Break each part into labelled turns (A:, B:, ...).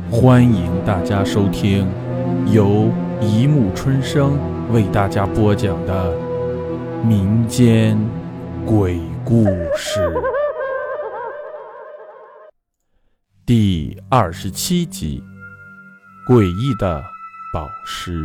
A: 欢迎大家收听由一木春生为大家播讲的民间鬼故事第27集，诡异的宝石。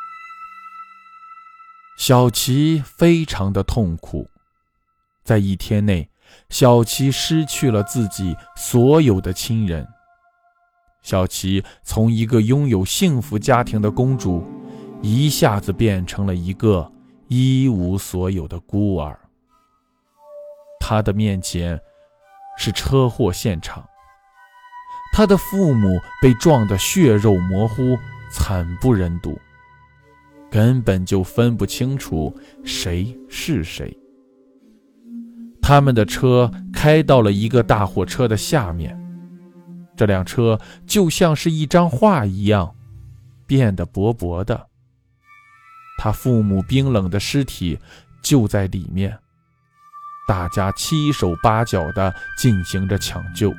A: 小琪非常的痛苦，在一天内，小琪失去了自己所有的亲人。小琪从一个拥有幸福家庭的公主，一下子变成了一个一无所有的孤儿。她的面前是车祸现场，她的父母被撞得血肉模糊，惨不忍睹，根本就分不清楚谁是谁。他们的车开到了一个大货车的下面，这辆车就像是一张画一样，变得薄薄的。他父母冰冷的尸体就在里面，大家七手八脚地进行着抢救。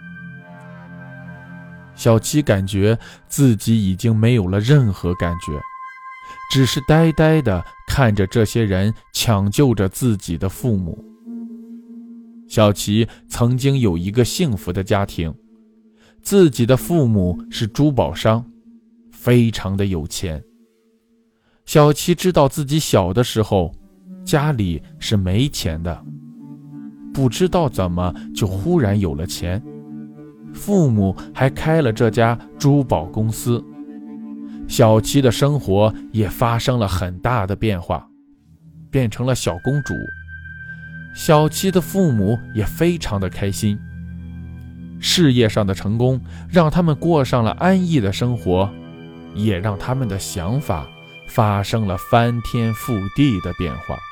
A: 小琪感觉自己已经没有了任何感觉，只是呆呆地看着这些人抢救着自己的父母。小琪曾经有一个幸福的家庭，自己的父母是珠宝商，非常的有钱。小琪知道自己小的时候家里是没钱的，不知道怎么就忽然有了钱，父母还开了这家珠宝公司。小琪的生活也发生了很大的变化，变成了小公主。小琪的父母也非常的开心，事业上的成功让他们过上了安逸的生活，也让他们的想法发生了翻天覆地的变化。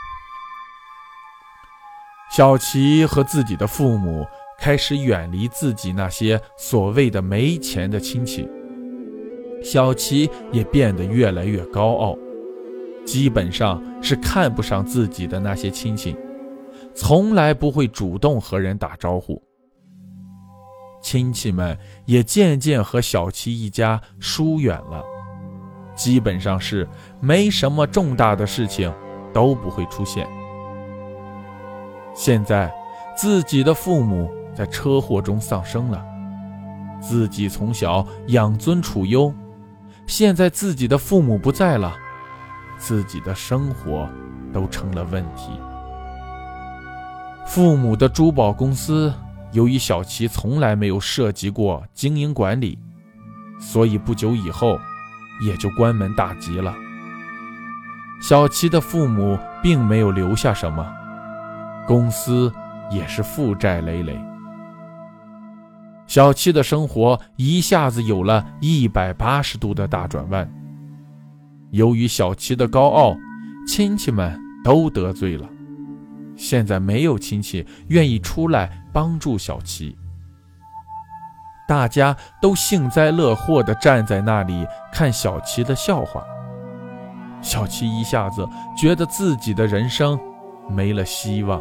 A: 小琪和自己的父母开始远离自己那些所谓的没钱的亲戚，小琪也变得越来越高傲，基本上是看不上自己的那些亲戚，从来不会主动和人打招呼。亲戚们也渐渐和小琪一家疏远了，基本上是没什么重大的事情都不会出现。现在自己的父母在车祸中丧生了，自己从小养尊处优，现在自己的父母不在了，自己的生活都成了问题。父母的珠宝公司由于小琪从来没有涉及过经营管理，所以不久以后也就关门大吉了。小琪的父母并没有留下什么，公司也是负债累累。小琪的生活一下子有了180度的大转弯。由于小琪的高傲，亲戚们都得罪了，现在没有亲戚愿意出来帮助小琪，大家都幸灾乐祸地站在那里看小琪的笑话。小琪一下子觉得自己的人生没了希望。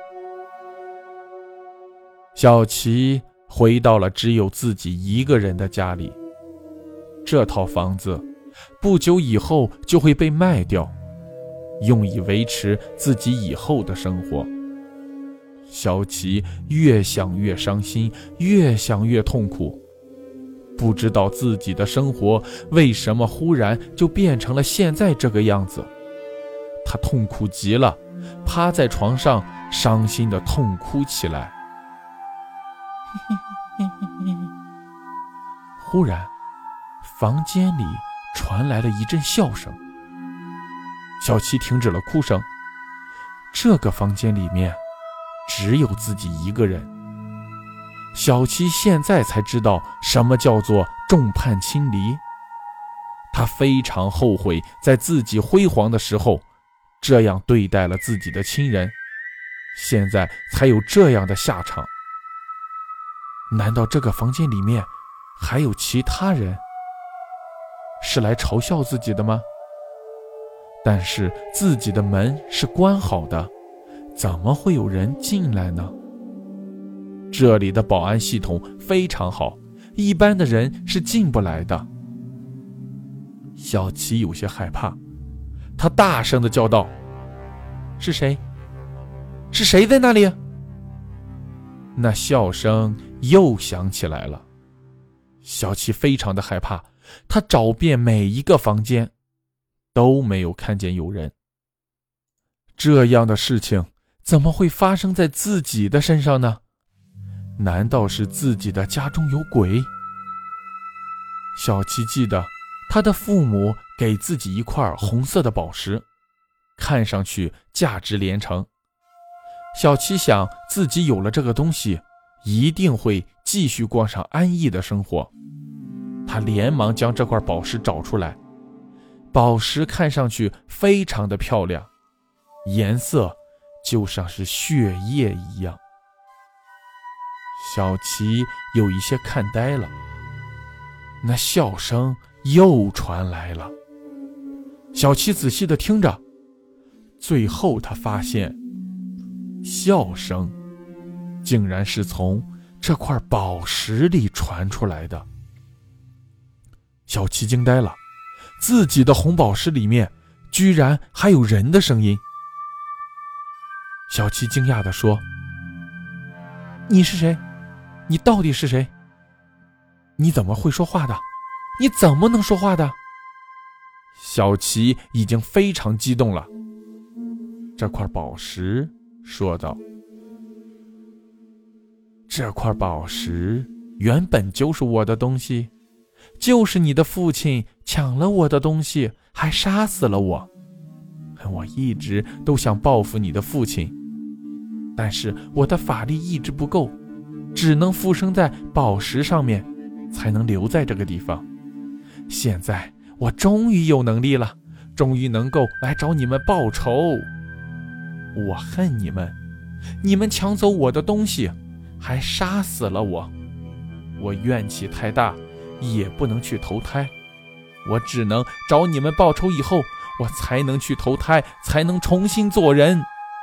A: 小琪回到了只有自己一个人的家里，这套房子不久以后就会被卖掉，用以维持自己以后的生活。小琪越想越伤心，越想越痛苦，不知道自己的生活为什么忽然就变成了现在这个样子。他痛苦极了，趴在床上伤心地痛哭起来。忽然房间里传来了一阵笑声，小琪停止了哭声。这个房间里面只有自己一个人。小琪现在才知道什么叫做众叛亲离。他非常后悔在自己辉煌的时候这样对待了自己的亲人，现在才有这样的下场。难道这个房间里面还有其他人？是来嘲笑自己的吗？但是自己的门是关好的，怎么会有人进来呢？这里的保安系统非常好， 一般的人是进不来的。小琪有些害怕，他大声地叫道：是谁？是谁在那里？那笑声又响起来了。小琪非常的害怕，他找遍每一个房间，都没有看见有人。这样的事情怎么会发生在自己的身上呢？难道是自己的家中有鬼？小琪记得他的父母给自己一块红色的宝石，看上去价值连城。小琪想自己有了这个东西，一定会继续过上安逸的生活。他连忙将这块宝石找出来，宝石看上去非常的漂亮，颜色就像是血液一样。小琪有一些看呆了，那笑声又传来了。小琪仔细地听着，最后他发现笑声竟然是从这块宝石里传出来的。小琪惊呆了，自己的红宝石里面居然还有人的声音。小琪惊讶地说：你是谁？你到底是谁？你怎么会说话的？你怎么能说话的？小琪已经非常激动了。这块宝石说道：这块宝石原本就是我的东西，就是你的父亲抢了我的东西，还杀死了我。我一直都想报复你的父亲，但是我的法力一直不够，只能附身在宝石上面，才能留在这个地方。现在我终于有能力了，终于能够来找你们报仇。我恨你们，你们抢走我的东西，还杀死了我。我怨气太大，也不能去投胎，我只能找你们报仇以后，我才能去投胎，才能重新做人。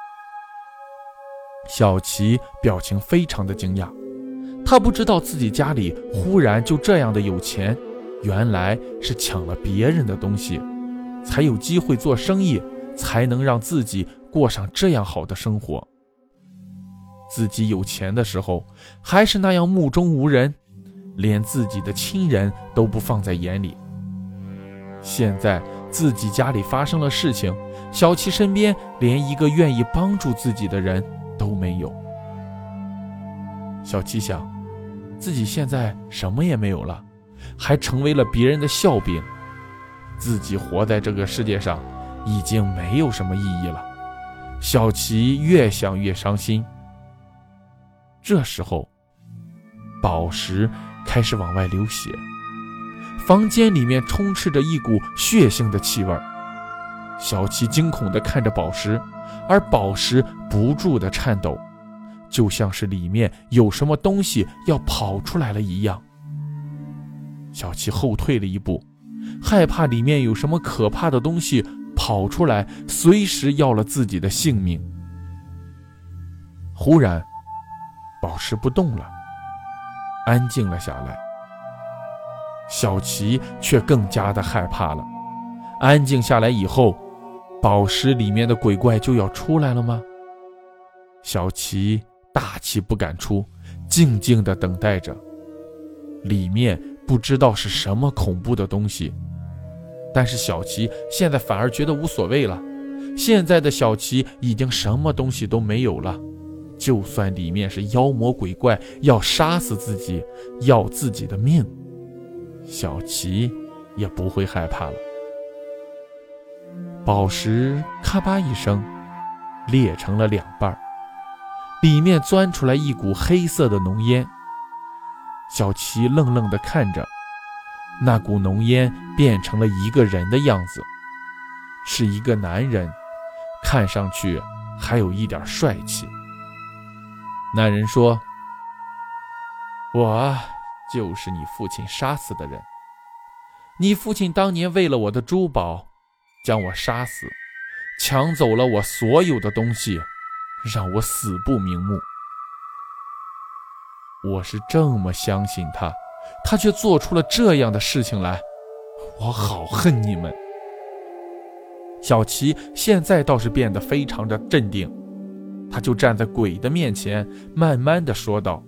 A: 小琪表情非常的惊讶，他不知道自己家里忽然就这样的有钱，原来是抢了别人的东西，才有机会做生意，才能让自己过上这样好的生活。自己有钱的时候还是那样目中无人，连自己的亲人都不放在眼里。现在自己家里发生了事情，小琪身边连一个愿意帮助自己的人都没有。小琪想，自己现在什么也没有了，还成为了别人的笑柄，自己活在这个世界上已经没有什么意义了。小琪越想越伤心。这时候宝石开始往外流血，房间里面充斥着一股血腥的气味。小琪惊恐地看着宝石，而宝石不住地颤抖，就像是里面有什么东西要跑出来了一样。小琪后退了一步，害怕里面有什么可怕的东西跑出来，随时要了自己的性命。忽然宝石不动了，安静了下来。小琪却更加的害怕了。安静下来以后，宝石里面的鬼怪就要出来了吗？小琪大气不敢出，静静地等待着。里面不知道是什么恐怖的东西，但是小琪现在反而觉得无所谓了。现在的小琪已经什么东西都没有了，就算里面是妖魔鬼怪要杀死自己，要自己的命，小琪也不会害怕了。宝石咔吧一声裂成了两半，里面钻出来一股黑色的浓烟。小琪愣愣地看着，那股浓烟变成了一个人的样子，是一个男人，看上去还有一点帅气。男人说：我就是你父亲杀死的人，你父亲当年为了我的珠宝将我杀死，抢走了我所有的东西，让我死不瞑目。我是这么相信他， 他却做出了这样的事情来，我好恨你们。小琪现在倒是变得非常的镇定，他就站在鬼的面前，慢慢的说道：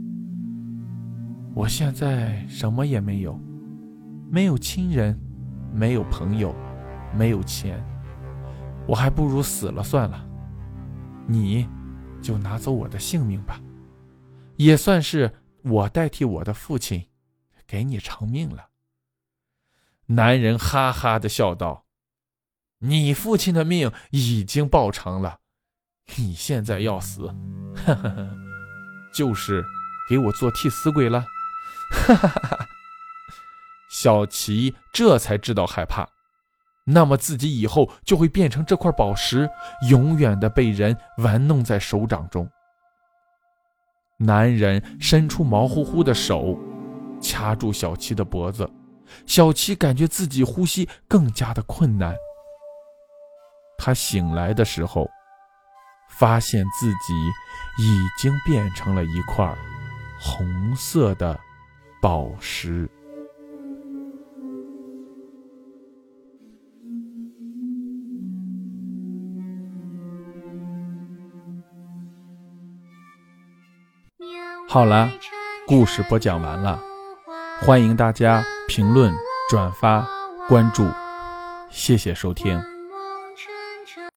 A: 我现在什么也没有，没有亲人，没有朋友，没有钱，我还不如死了算了。你就拿走我的性命吧，也算是我代替我的父亲给你偿命了。男人哈哈地笑道：你父亲的命已经报偿了，你现在要死，哈哈哈，就是给我做替死鬼了，哈哈哈。小琪这才知道害怕，那么自己以后就会变成这块宝石，永远的被人玩弄在手掌中。男人伸出毛乎乎的手，掐住小琪的脖子，小琪感觉自己呼吸更加的困难。他醒来的时候，发现自己已经变成了一块红色的宝石。好了，故事播讲完了，欢迎大家评论、转发、关注，谢谢收听。